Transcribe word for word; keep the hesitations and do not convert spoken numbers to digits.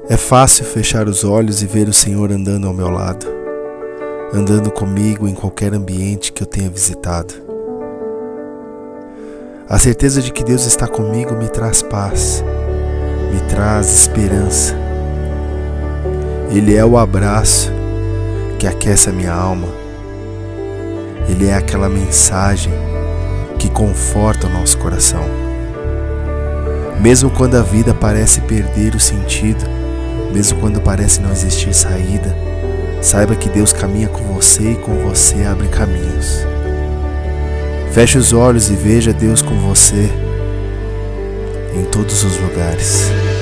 É fácil fechar os olhos e ver o Senhor andando ao meu lado, andando comigo em qualquer ambiente que eu tenha visitado. A certeza de que Deus está comigo me traz paz, me traz esperança. Ele é o abraço que aquece a minha alma. Ele é aquela mensagem que conforta o nosso coração. Mesmo quando a vida parece perder o sentido, mesmo quando parece não existir saída, saiba que Deus caminha com você e com você abre caminhos. Feche os olhos e veja Deus com você em todos os lugares.